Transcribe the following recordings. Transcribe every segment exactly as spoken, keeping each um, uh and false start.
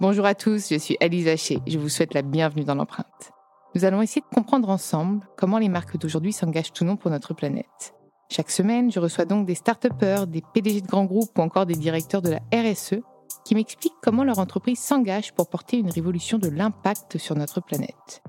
Bonjour à tous, je suis Alice Vacher. Je vous souhaite la bienvenue dans l'empreinte. Nous allons essayer de comprendre ensemble comment les marques d'aujourd'hui s'engagent ou non pour notre planète. Chaque semaine, je reçois donc des start-upers, des P D G de grands groupes ou encore des directeurs de la R S E qui m'expliquent comment leur entreprise s'engage pour porter une révolution de l'impact sur notre planète.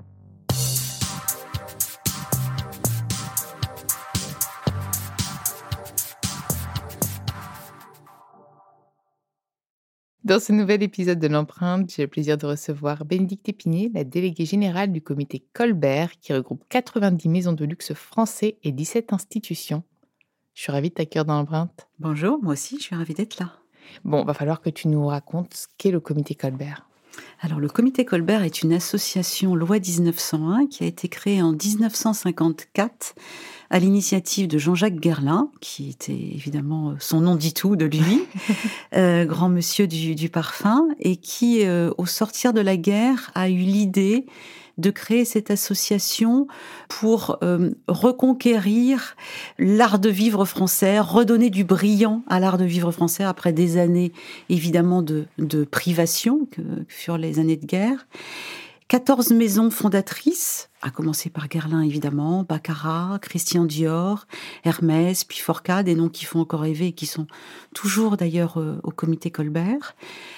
Dans ce nouvel épisode de l'empreinte, j'ai le plaisir de recevoir Bénédicte Épinier, la déléguée générale du comité Colbert, qui regroupe quatre-vingt-dix maisons de luxe français et dix-sept institutions. Je suis ravie de t'accueillir dans l'empreinte. Bonjour, moi aussi, je suis ravie d'être là. Bon, va falloir que tu nous racontes ce qu'est le comité Colbert. Alors, le comité Colbert est une association loi dix-neuf cent un qui a été créée en dix-neuf cent cinquante-quatre à l'initiative de Jean-Jacques Guerlain, qui était évidemment, son nom dit tout de lui, euh, grand monsieur du, du parfum, et qui, euh, au sortir de la guerre, a eu l'idée de créer cette association pour euh, reconquérir l'art de vivre français, redonner du brillant à l'art de vivre français après des années, évidemment, de, de privation, que, que furent les années de guerre. quatorze maisons fondatrices, à commencer par Guerlain, évidemment, Baccarat, Christian Dior, Hermès, puis Forca, des noms qui font encore rêver et qui sont toujours d'ailleurs euh, au comité Colbert.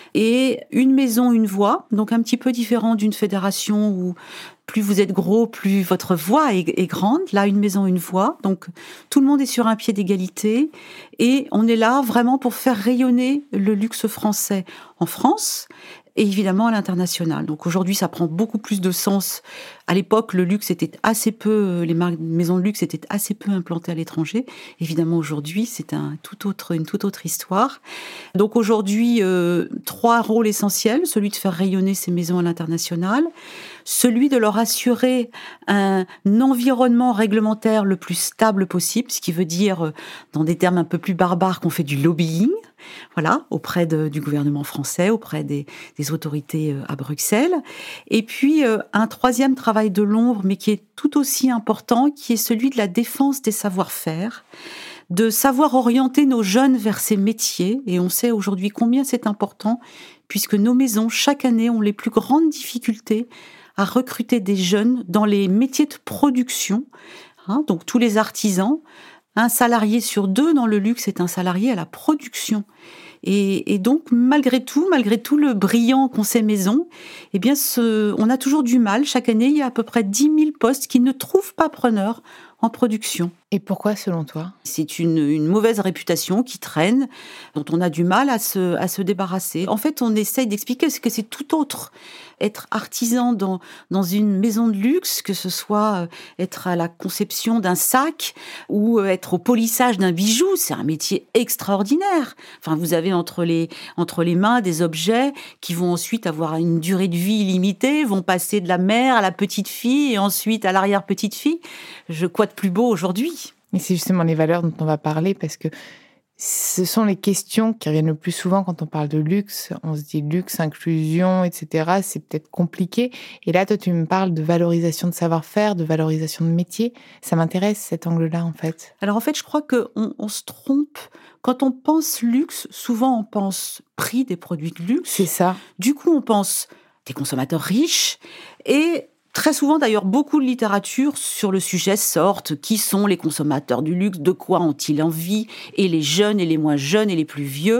Et une maison, une voix, donc un petit peu différent d'une fédération où plus vous êtes gros, plus votre voix est, est grande. Là, une maison, une voix. Donc, tout le monde est sur un pied d'égalité. Et on est là vraiment pour faire rayonner le luxe français en France et évidemment à l'international. Donc aujourd'hui, ça prend beaucoup plus de sens. À l'époque, le luxe était assez peu, les marques, maisons de luxe étaient assez peu implantées à l'étranger. Évidemment, aujourd'hui, c'est un tout autre, une toute autre histoire. Donc aujourd'hui, euh, trois rôles essentiels. Celui de faire rayonner ces maisons à l'international, celui de leur assurer un environnement réglementaire le plus stable possible, ce qui veut dire, dans des termes un peu plus barbares, qu'on fait du lobbying, voilà, auprès de, du gouvernement français, auprès des, des autorités à Bruxelles. Et puis, euh, un troisième travail de l'ombre, mais qui est tout aussi important, qui est celui de la défense des savoir-faire, de savoir orienter nos jeunes vers ces métiers. Et on sait aujourd'hui combien c'est important, puisque nos maisons, chaque année, ont les plus grandes difficultés à recruter des jeunes dans les métiers de production, hein, donc tous les artisans. Un salarié sur deux dans le luxe est un salarié à la production. Et, et donc, malgré tout, malgré tout le brillant qu'ont ces maisons, eh bien, ce, on a toujours du mal. Chaque année, il y a à peu près dix mille postes qui ne trouvent pas preneur en production. Et pourquoi, selon toi ? C'est une, une mauvaise réputation qui traîne, dont on a du mal à se, à se débarrasser. En fait, on essaye d'expliquer que c'est tout autre. Être artisan dans, dans une maison de luxe, que ce soit être à la conception d'un sac ou être au polissage d'un bijou, c'est un métier extraordinaire. Enfin, vous avez entre les, entre les mains des objets qui vont ensuite avoir une durée de vie illimitée, vont passer de la mère à la petite fille et ensuite à l'arrière-petite fille. Je, quoi de plus beau aujourd'hui ? Et c'est justement les valeurs dont on va parler, parce que ce sont les questions qui reviennent le plus souvent quand on parle de luxe. On se dit luxe, inclusion, et cetera. C'est peut-être compliqué. Et là, toi, tu me parles de valorisation de savoir-faire, de valorisation de métier. Ça m'intéresse, cet angle-là, en fait. Alors, en fait, je crois qu'on on se trompe. Quand on pense luxe, souvent, on pense prix des produits de luxe. C'est ça. Du coup, on pense des consommateurs riches et... Très souvent, d'ailleurs, beaucoup de littérature sur le sujet sortent. Qui sont les consommateurs du luxe ? De quoi ont-ils envie ? Et les jeunes et les moins jeunes et les plus vieux.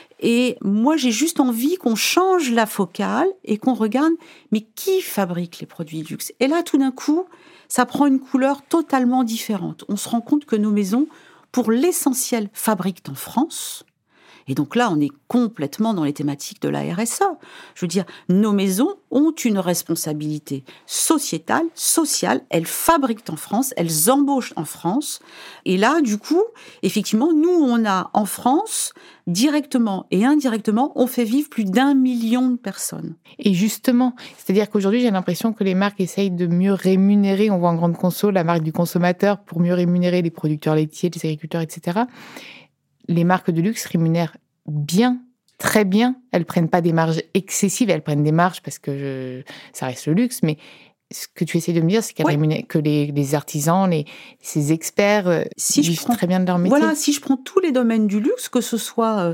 Et moi, j'ai juste envie qu'on change la focale et qu'on regarde, mais qui fabrique les produits de luxe ? Et là, tout d'un coup, ça prend une couleur totalement différente. On se rend compte que nos maisons, pour l'essentiel, fabriquent en France. Et donc là, on est complètement dans les thématiques de la R S A. Je veux dire, nos maisons ont une responsabilité sociétale, sociale. Elles fabriquent en France, elles embauchent en France. Et là, du coup, effectivement, nous, on a en France, directement et indirectement, on fait vivre plus d'un million de personnes. Et justement, c'est-à-dire qu'aujourd'hui, j'ai l'impression que les marques essayent de mieux rémunérer, on voit en grande conso la marque du consommateur pour mieux rémunérer les producteurs laitiers, les agriculteurs, et cetera. Les marques de luxe rémunèrent bien, très bien. Elles prennent pas des marges excessives, elles prennent des marges parce que je, ça reste le luxe, mais ce que tu essaies de me dire, c'est qu'elles oui. rémunèrent, que les, les artisans, les, ces experts euh, si vivent je prends, très bien de leur métier. Voilà, si je prends tous les domaines du luxe, que ce soit euh,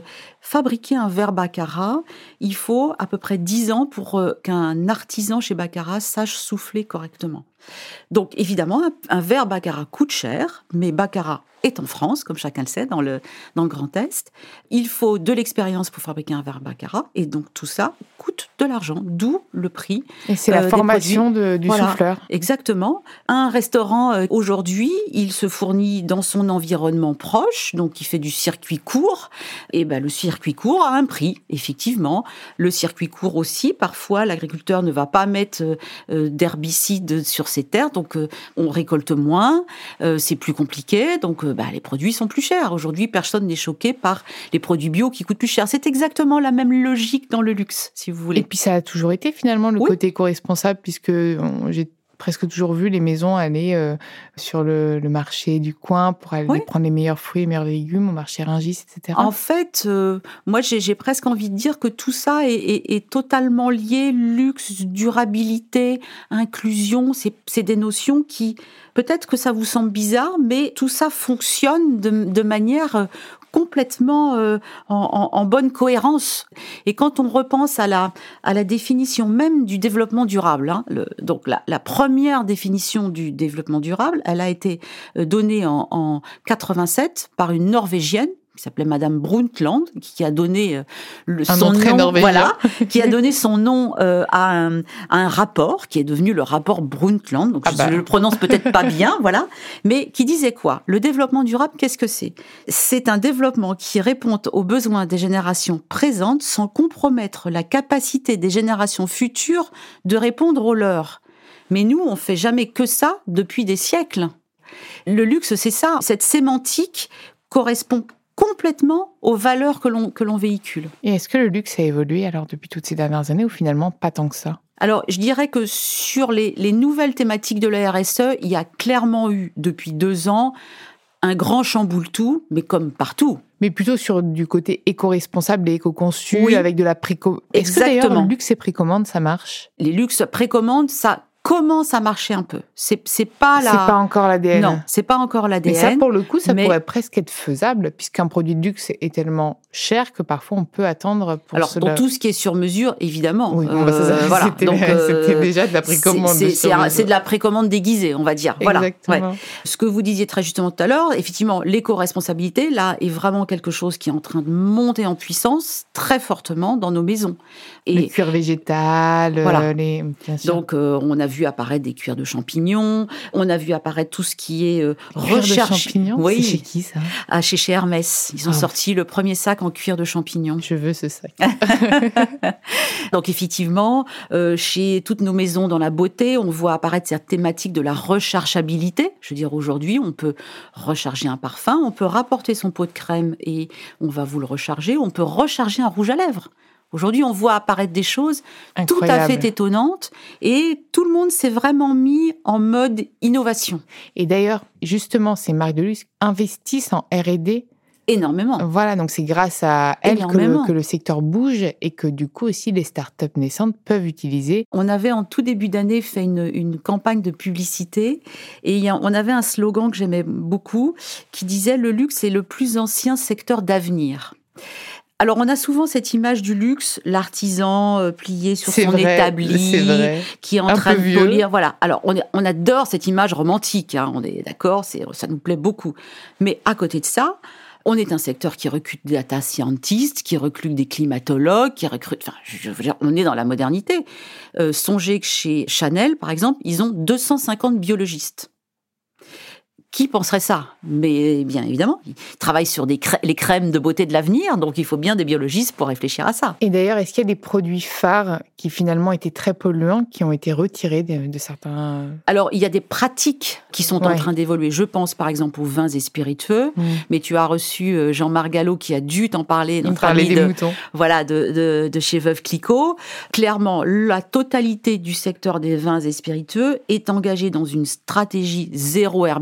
fabriquer un verre baccarat, il faut à peu près dix ans pour euh, qu'un artisan chez Baccarat sache souffler correctement. Donc évidemment, un, un verre baccarat coûte cher, mais Baccarat est en France, comme chacun le sait, dans le, dans le Grand Est. Il faut de l'expérience pour fabriquer un verre baccarat, et donc tout ça coûte de l'argent, d'où le prix. Et c'est la euh, formation de, du voilà, souffleur. Exactement. Un restaurant, euh, aujourd'hui, il se fournit dans son environnement proche, donc il fait du circuit court, et ben, le circuit court a un prix, effectivement. Le circuit court aussi, parfois, l'agriculteur ne va pas mettre euh, d'herbicides sur ses terres, donc euh, on récolte moins, euh, c'est plus compliqué, donc euh, bah, les produits sont plus chers. Aujourd'hui, personne n'est choqué par les produits bio qui coûtent plus cher. C'est exactement la même logique dans le luxe, si vous voulez. Et puis ça a toujours été finalement le oui. côté éco-responsable, puisque on, j'ai presque toujours vu les maisons aller euh, sur le, le marché du coin pour aller oui. prendre les meilleurs fruits, les meilleurs légumes au marché Rungis, et cetera. En fait, euh, moi j'ai, j'ai presque envie de dire que tout ça est, est, est totalement lié, luxe, durabilité, inclusion, c'est, c'est des notions qui, peut-être que ça vous semble bizarre, mais tout ça fonctionne de, de manière complètement euh, en, en, en bonne cohérence. Et quand on repense à la, à la définition même du développement durable, hein, le, donc la, la première définition du développement durable, elle a été donnée en, en quatre-vingt-sept par une Norvégienne, qui s'appelait Madame Brundtland, qui a donné le, son nom, voilà, qui a donné son nom euh, à, un, à un rapport qui est devenu le rapport Brundtland. Donc ah je, bah. je le prononce peut-être pas bien, voilà, mais qui disait quoi ? Le développement durable, qu'est-ce que c'est ? C'est un développement qui répond aux besoins des générations présentes sans compromettre la capacité des générations futures de répondre aux leurs. Mais nous, on fait jamais que ça depuis des siècles. Le luxe, c'est ça. Cette sémantique correspond complètement aux valeurs que l'on, que l'on véhicule. Et est-ce que le luxe a évolué alors depuis toutes ces dernières années ou finalement pas tant que ça ? Alors, je dirais que sur les, les nouvelles thématiques de la R S E, il y a clairement eu, depuis deux ans, un grand chamboule-tout, mais comme partout. Mais plutôt sur du côté éco-responsable et éco-conçu, oui. avec de la précommande. Est-ce Exactement. que d'ailleurs, le luxe et précommande, ça marche ? Les luxes précommandes, ça commence à marcher un peu. C'est, c'est pas la... C'est pas encore l'A D N. Non, c'est pas encore l'A D N. Mais ça, pour le coup, ça mais... pourrait presque être faisable, puisqu'un produit de luxe est tellement cher que parfois on peut attendre pour Alors, cela. pour tout ce qui est sur mesure, évidemment. Oui, bon, bah, ça, ça, euh, voilà. c'était, Donc, euh, c'était déjà de la précommande. C'est, c'est, c'est, c'est de la précommande déguisée, on va dire. Exactement. Voilà. Ouais. Ce que vous disiez très justement tout à l'heure, effectivement, l'éco-responsabilité, là, est vraiment quelque chose qui est en train de monter en puissance très fortement dans nos maisons. Et les cuirs végétales, voilà. les... Bien sûr. Donc, euh, on a vu apparaître des cuirs de champignons, on a vu apparaître tout ce qui est euh, cuir recherche. De champignons, oui. C'est chez qui ça ? Ah, chez, chez Hermès. Ils ont oh. sorti le premier sac en cuir de champignons. Je veux ce sac. Donc effectivement, euh, chez toutes nos maisons dans la beauté, on voit apparaître cette thématique de la rechargeabilité. Je veux dire, aujourd'hui, on peut recharger un parfum, on peut rapporter son pot de crème et on va vous le recharger. On peut recharger un rouge à lèvres. Aujourd'hui, on voit apparaître des choses Incroyable. Tout à fait étonnantes et tout le monde s'est vraiment mis en mode innovation. Et d'ailleurs, justement, ces marques de luxe investissent en R et D énormément. Voilà, donc c'est grâce à elles que le, que le secteur bouge et que du coup aussi les startups naissantes peuvent utiliser. On avait en tout début d'année fait une, une campagne de publicité et y a, on avait un slogan que j'aimais beaucoup qui disait « Le luxe est le plus ancien secteur d'avenir ». Alors, on a souvent cette image du luxe, l'artisan euh, plié sur c'est son vrai, établi, qui est en un train de vieux. polir. Voilà. Alors, on, est, on adore cette image romantique, hein, on est d'accord, c'est, ça nous plaît beaucoup. Mais à côté de ça, on est un secteur qui recrute des data scientists, qui recrute des climatologues, qui recrute... Enfin, je veux dire, on est dans la modernité. Euh, songez que chez Chanel, par exemple, ils ont deux cent cinquante biologistes. Qui penserait ça ? Mais bien évidemment, ils travaillent sur des crè- les crèmes de beauté de l'avenir, donc il faut bien des biologistes pour réfléchir à ça. Et d'ailleurs, est-ce qu'il y a des produits phares qui finalement étaient très polluants, qui ont été retirés de, de certains... Alors, il y a des pratiques qui sont ouais. en train d'évoluer. Je pense par exemple aux vins et spiritueux, mmh. mais tu as reçu Jean-Marc Gallo qui a dû t'en parler. Il parlait des de, moutons. Voilà, de, de, de chez Veuve Clicquot. Clairement, la totalité du secteur des vins et spiritueux est engagée dans une stratégie zéro herbicide.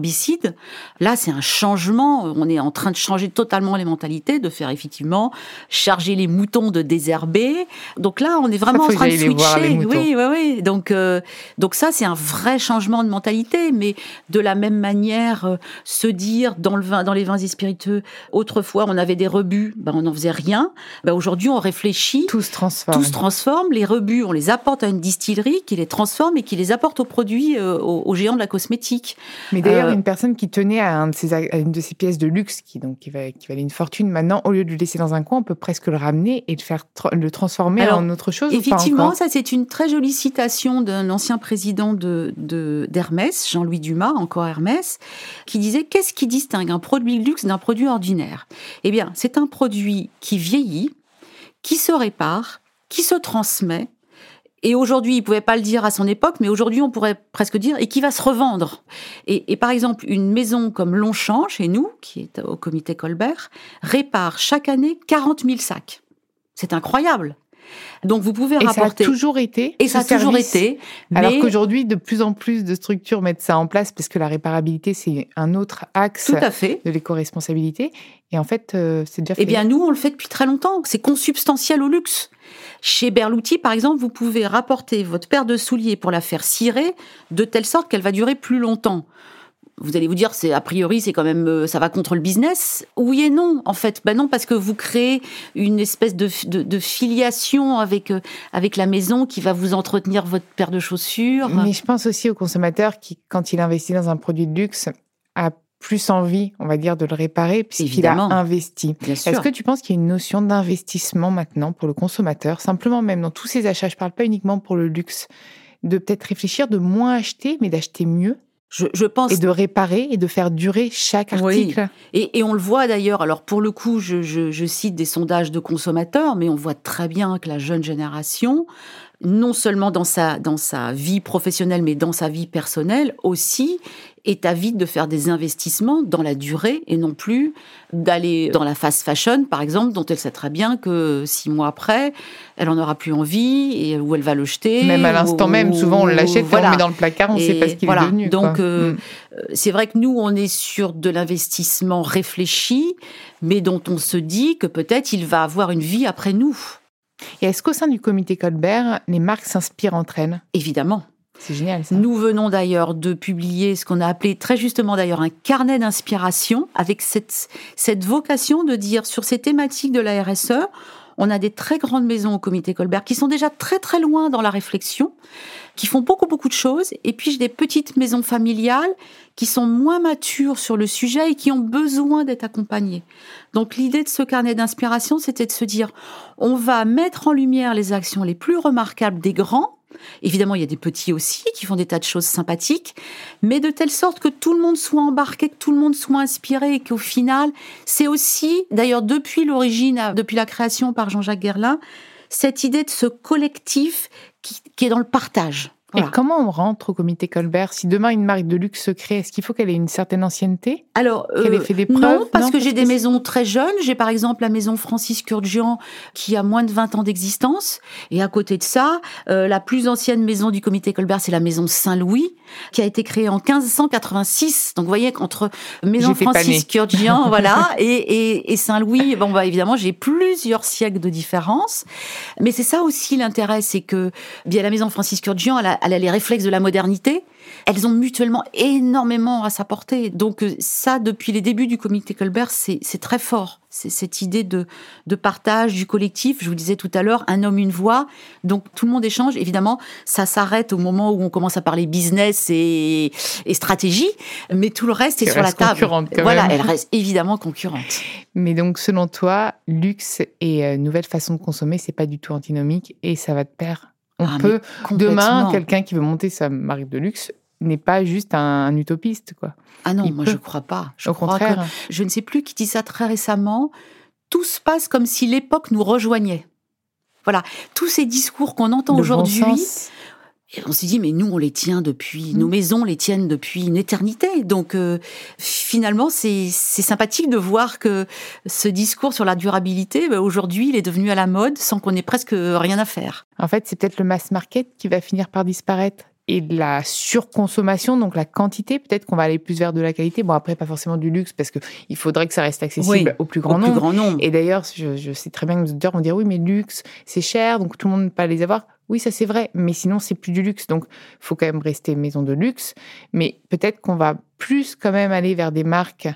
Là, c'est un changement. On est en train de changer totalement les mentalités, de faire effectivement charger les moutons de désherber. Donc là, on est vraiment ça, en train de les voir, les switcher. Oui, oui, oui. Donc, euh, donc ça, c'est un vrai changement de mentalité. Mais de la même manière, euh, se dire dans le vin, dans les vins et spiritueux, autrefois, on avait des rebuts, ben, on n'en faisait rien. Ben, aujourd'hui, on réfléchit. Tout se transforme. Tout se transforme. Les rebuts, on les apporte à une distillerie qui les transforme et qui les apporte aux produits, euh, aux, aux géants de la cosmétique. Mais d'ailleurs, Euh, une personne qui tenait à, un de ces, à une de ces pièces de luxe, qui, donc, qui, va, qui valait une fortune, maintenant, au lieu de le laisser dans un coin, on peut presque le ramener et le, faire tra- le transformer Alors, en autre chose. Effectivement, ou pas encore ça c'est une très jolie citation d'un ancien président de, de, d'Hermès, Jean-Louis Dumas, encore Hermès, qui disait « Qu'est-ce qui distingue un produit de luxe d'un produit ordinaire ?» Eh bien, c'est un produit qui vieillit, qui se répare, qui se transmet. Et aujourd'hui, il ne pouvait pas le dire à son époque, mais aujourd'hui, on pourrait presque dire, et qui va se revendre. Et, et par exemple, une maison comme Longchamp, chez nous, qui est au comité Colbert, répare chaque année quarante mille sacs. C'est incroyable. Donc, vous pouvez et rapporter... ça a toujours été Et ça a toujours service. été. Mais... Alors qu'aujourd'hui, de plus en plus de structures mettent ça en place parce que la réparabilité, c'est un autre axe Tout à fait. de l'éco-responsabilité. Et en fait, euh, c'est déjà fait. Eh bien, nous, on le fait depuis très longtemps. C'est consubstantiel au luxe. Chez Berluti, par exemple, vous pouvez rapporter votre paire de souliers pour la faire cirer de telle sorte qu'elle va durer plus longtemps. Vous allez vous dire, c'est a priori, c'est quand même, ça va contre le business. Oui et non, en fait. Ben non, parce que vous créez une espèce de, de, de filiation avec, avec la maison qui va vous entretenir votre paire de chaussures. Mais je pense aussi au consommateur qui, quand il investit dans un produit de luxe, a plus envie, on va dire, de le réparer puisqu'il a investi. Bien sûr. Est-ce que tu penses qu'il y a une notion d'investissement maintenant pour le consommateur, simplement même dans tous ses achats, je ne parle pas uniquement pour le luxe, de peut-être réfléchir, de moins acheter, mais d'acheter mieux? Je, je pense... Et de réparer et de faire durer chaque article. Oui. Et, et on le voit d'ailleurs, alors pour le coup, je, je, je cite des sondages de consommateurs, mais on voit très bien que la jeune génération, non seulement dans sa, dans sa vie professionnelle, mais dans sa vie personnelle aussi, est avide de faire des investissements dans la durée et non plus d'aller dans la fast fashion, par exemple, dont elle sait très bien que six mois après, elle en aura plus envie et où elle va le jeter. Même à l'instant ou, même, souvent on l'achète voilà. et on le met dans le placard, on ne sait pas ce qu'il voilà. est devenu. Donc, quoi. euh, mm. c'est vrai que nous, on est sur de l'investissement réfléchi, mais dont on se dit que peut-être il va avoir une vie après nous. Et est-ce qu'au sein du comité Colbert, les marques s'inspirent entre elles ? Évidemment. C'est génial, ça. Nous venons d'ailleurs de publier ce qu'on a appelé très justement d'ailleurs un carnet d'inspiration avec cette, cette vocation de dire sur ces thématiques de la R S E, on a des très grandes maisons au comité Colbert qui sont déjà très très loin dans la réflexion, qui font beaucoup beaucoup de choses, et puis j'ai des petites maisons familiales qui sont moins matures sur le sujet et qui ont besoin d'être accompagnées. Donc l'idée de ce carnet d'inspiration, c'était de se dire, on va mettre en lumière les actions les plus remarquables des grands. Évidemment, il y a des petits aussi qui font des tas de choses sympathiques, mais de telle sorte que tout le monde soit embarqué, que tout le monde soit inspiré et qu'au final, c'est aussi, d'ailleurs depuis l'origine, depuis la création par Jean-Jacques Guerlain, cette idée de ce collectif qui, qui est dans le partage. Voilà. Et comment on rentre au comité Colbert ? Si demain une marque de luxe se crée, est-ce qu'il faut qu'elle ait une certaine ancienneté ? Alors, euh, qu'elle ait fait des preuves ? non, parce non, que parce j'ai que des c'est... maisons très jeunes. J'ai par exemple la maison Francis Kurkdjian qui a moins de vingt ans d'existence. Et à côté de ça, euh, la plus ancienne maison du comité Colbert, c'est la maison Saint-Louis, qui a été créée en quinze cent quatre-vingt-six. Donc vous voyez qu'entre maison J'étais Francis Kurkdjian, voilà, et, et, et Saint-Louis, bon bah évidemment j'ai plusieurs siècles de différence. Mais c'est ça aussi l'intérêt, c'est que bien la maison Francis Kurkdjian, elle a, elle a les réflexes de la modernité. Elles ont mutuellement énormément à s'apporter. Donc ça, depuis les débuts du comité Colbert, c'est, c'est très fort. C'est cette idée de, de partage, du collectif. Je vous disais tout à l'heure, un homme, une voix. Donc tout le monde échange. Évidemment, ça s'arrête au moment où on commence à parler business et, et stratégie. Mais tout le reste est elle sur la table. Quand voilà, même. elle reste évidemment concurrente. Mais donc, selon toi, luxe et euh, nouvelle façon de consommer, c'est pas du tout antinomique et ça va de pair. On ah, peut, demain, quelqu'un qui veut monter sa marque de luxe n'est pas juste un, un utopiste, quoi. Ah non, Il moi peut. je crois pas. Je Au crois contraire. que, je ne sais plus qui dit ça très récemment, tout se passe comme si l'époque nous rejoignait. Voilà, tous ces discours qu'on entend Le aujourd'hui, bon sens. Et on s'est dit, mais nous, on les tient depuis, mmh. nos maisons les tiennent depuis une éternité. Donc, euh, finalement, c'est, c'est sympathique de voir que ce discours sur la durabilité, bah, aujourd'hui, il est devenu à la mode sans qu'on ait presque rien à faire. En fait, c'est peut-être le mass market qui va finir par disparaître. et de la surconsommation, donc la quantité. Peut-être qu'on va aller plus vers de la qualité. Bon, après, pas forcément du luxe, parce qu'il faudrait que ça reste accessible oui, au plus grand au nombre. Plus grand nombre. Et d'ailleurs, je, je sais très bien que nos auditeurs vont dire, oui, mais luxe, c'est cher, donc tout le monde ne peut pas les avoir. Oui, ça c'est vrai, mais sinon, c'est plus du luxe. Donc, il faut quand même rester maison de luxe. Mais peut-être qu'on va plus quand même aller vers des marques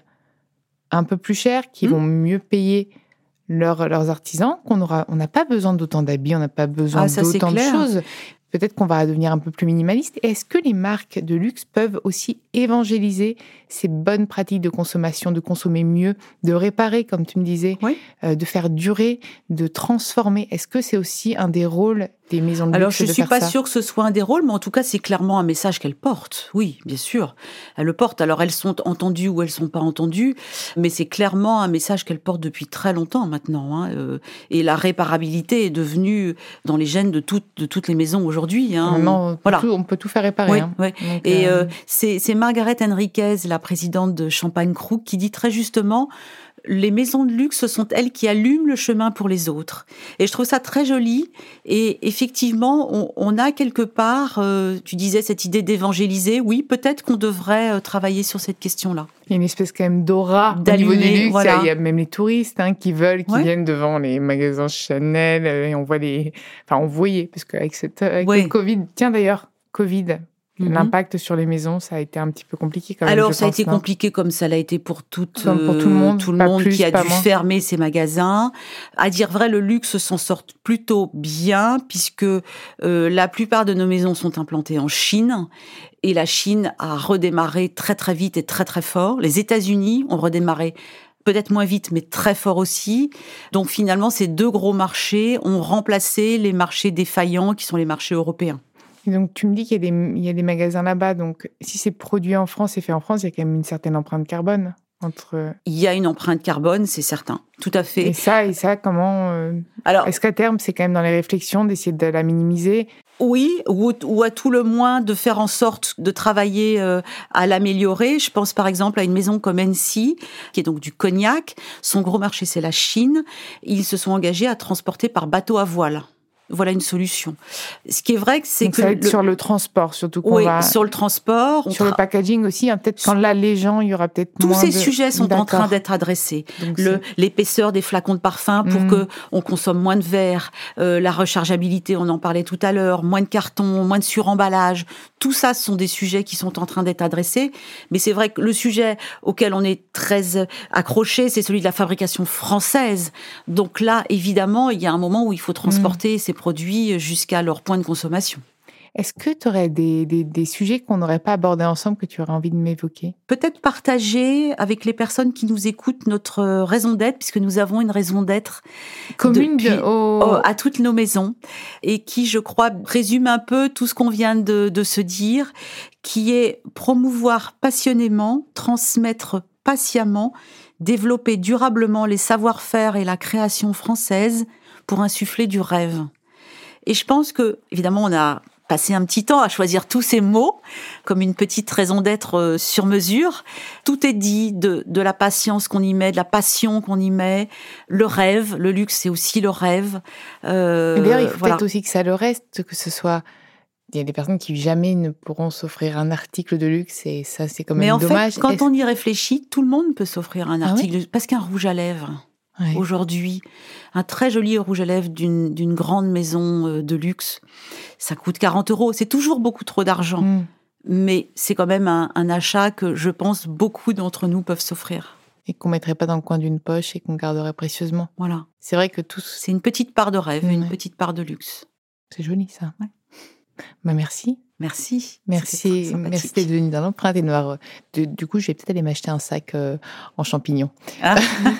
un peu plus chères, qui mmh. vont mieux payer leurs, leurs artisans, qu'on aura, on n'a pas besoin d'autant d'habits, on n'a pas besoin ah, ça, d'autant de choses. Peut-être qu'on va devenir un peu plus minimaliste. Est-ce que les marques de luxe peuvent aussi évangéliser ces bonnes pratiques de consommation, de consommer mieux, de réparer, comme tu me disais, oui. euh, de faire durer, de transformer? Est-ce que c'est aussi un des rôles des maisons de luxe? Alors, je ne suis pas sûre que ce soit un des rôles, mais en tout cas, c'est clairement un message qu'elles portent. Oui, bien sûr. Elles le portent. Alors, elles sont entendues ou elles sont pas entendues, mais c'est clairement un message qu'elles portent depuis très longtemps maintenant. Hein. Euh, et la réparabilité est devenue dans les gènes de toutes, de toutes les maisons aujourd'hui. Hein. Non, on, voilà. tout, on peut tout faire réparer. Oui, hein. oui. Donc, et euh... euh, c'est, c'est Margaret Henriquez, la présidente de Champagne Krug, qui dit très justement: les maisons de luxe, ce sont elles qui allument le chemin pour les autres. Et je trouve ça très joli. Et effectivement, on, on a quelque part, euh, tu disais, cette idée d'évangéliser. Oui, peut-être qu'on devrait euh, travailler sur cette question-là. Il y a une espèce quand même d'aura au niveau du luxe. Voilà. Il y a même les touristes hein, qui veulent, qui ouais. viennent devant les magasins Chanel. Et on voit les... Enfin, on voyait, parce qu'avec cette, avec ouais. le Covid... Tiens, d'ailleurs, Covid... Mm-hmm. L'impact sur les maisons, ça a été un petit peu compliqué quand même. Alors, je ça pense, a été non compliqué comme ça l'a été pour, toute, comme pour tout le monde, tout le monde plus, qui a dû moins. fermer ses magasins. À dire vrai, le luxe s'en sort plutôt bien puisque euh, la plupart de nos maisons sont implantées en Chine et la Chine a redémarré très très vite et très très fort. Les États-Unis ont redémarré peut-être moins vite, mais très fort aussi. Donc finalement, ces deux gros marchés ont remplacé les marchés défaillants qui sont les marchés européens. Et donc, tu me dis qu'il y a des, il y a des magasins là-bas. Donc, si c'est produit en France et fait en France, il y a quand même une certaine empreinte carbone entre... Il y a une empreinte carbone, c'est certain. Tout à fait. Et ça, et ça comment... Euh... Alors, est-ce qu'à terme, c'est quand même dans les réflexions d'essayer de la minimiser ? Oui, ou, ou à tout le moins de faire en sorte de travailler euh, à l'améliorer. Je pense par exemple à une maison comme N C, qui est donc du cognac. Son gros marché, c'est la Chine. Ils se sont engagés à transporter par bateau à voile. Voilà une solution. Ce qui est vrai, c'est donc que... ça va être le... sur le transport, surtout qu'on oui, va... sur le transport. Sur tra... le packaging aussi, hein, peut-être quand là, les gens, il y aura peut-être Tous moins ces de... sujets sont D'accord. en train d'être adressés. Le, l'épaisseur des flacons de parfum pour mmh. que on consomme moins de verre, euh, la rechargeabilité, on en parlait tout à l'heure, moins de carton, moins de suremballage. Tout ça, ce sont des sujets qui sont en train d'être adressés. Mais c'est vrai que le sujet auquel on est très accroché, c'est celui de la fabrication française. Donc là, évidemment, il y a un moment où il faut transporter mmh. ces produits jusqu'à leur point de consommation. Est-ce que tu aurais des, des, des sujets qu'on n'aurait pas abordés ensemble que tu aurais envie de m'évoquer ? Peut-être partager avec les personnes qui nous écoutent notre raison d'être, puisque nous avons une raison d'être commune depuis, de, oh... oh, à toutes nos maisons, et qui, je crois, résume un peu tout ce qu'on vient de, de se dire, qui est promouvoir passionnément, transmettre patiemment, développer durablement les savoir-faire et la création française pour insuffler du rêve. Et je pense que, évidemment, on a passé un petit temps à choisir tous ces mots comme une petite raison d'être sur mesure. Tout est dit de, de la patience qu'on y met, de la passion qu'on y met, le rêve, le luxe, c'est aussi le rêve. Euh, D'ailleurs, il faut voilà. peut-être aussi que ça le reste, que ce soit... Il y a des personnes qui jamais ne pourront s'offrir un article de luxe et ça, c'est quand même Mais en dommage. fait, quand Est-ce... on y réfléchit, tout le monde peut s'offrir un article ah oui de... parce qu'un rouge à lèvres... Ouais. Aujourd'hui, un très joli rouge à lèvres d'une, d'une grande maison de luxe, ça coûte quarante euros. C'est toujours beaucoup trop d'argent. Mm. Mais c'est quand même un, un achat que je pense beaucoup d'entre nous peuvent s'offrir. Et qu'on ne mettrait pas dans le coin d'une poche et qu'on garderait précieusement. Voilà. C'est vrai que tous... C'est une petite part de rêve, ouais. une petite part de luxe. C'est joli, ça. Ouais. Bah, merci. Merci. Merci, merci d'être venue dans l'empreinte et de voir. De, du coup, je vais peut-être aller m'acheter un sac euh, en champignons. Ah.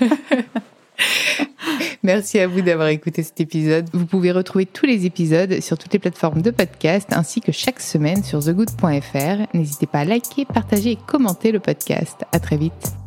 Merci à vous d'avoir écouté cet épisode. Vous pouvez retrouver tous les épisodes sur toutes les plateformes de podcast ainsi que chaque semaine sur the good point f r. N'hésitez pas à liker, partager et commenter le podcast. À très vite.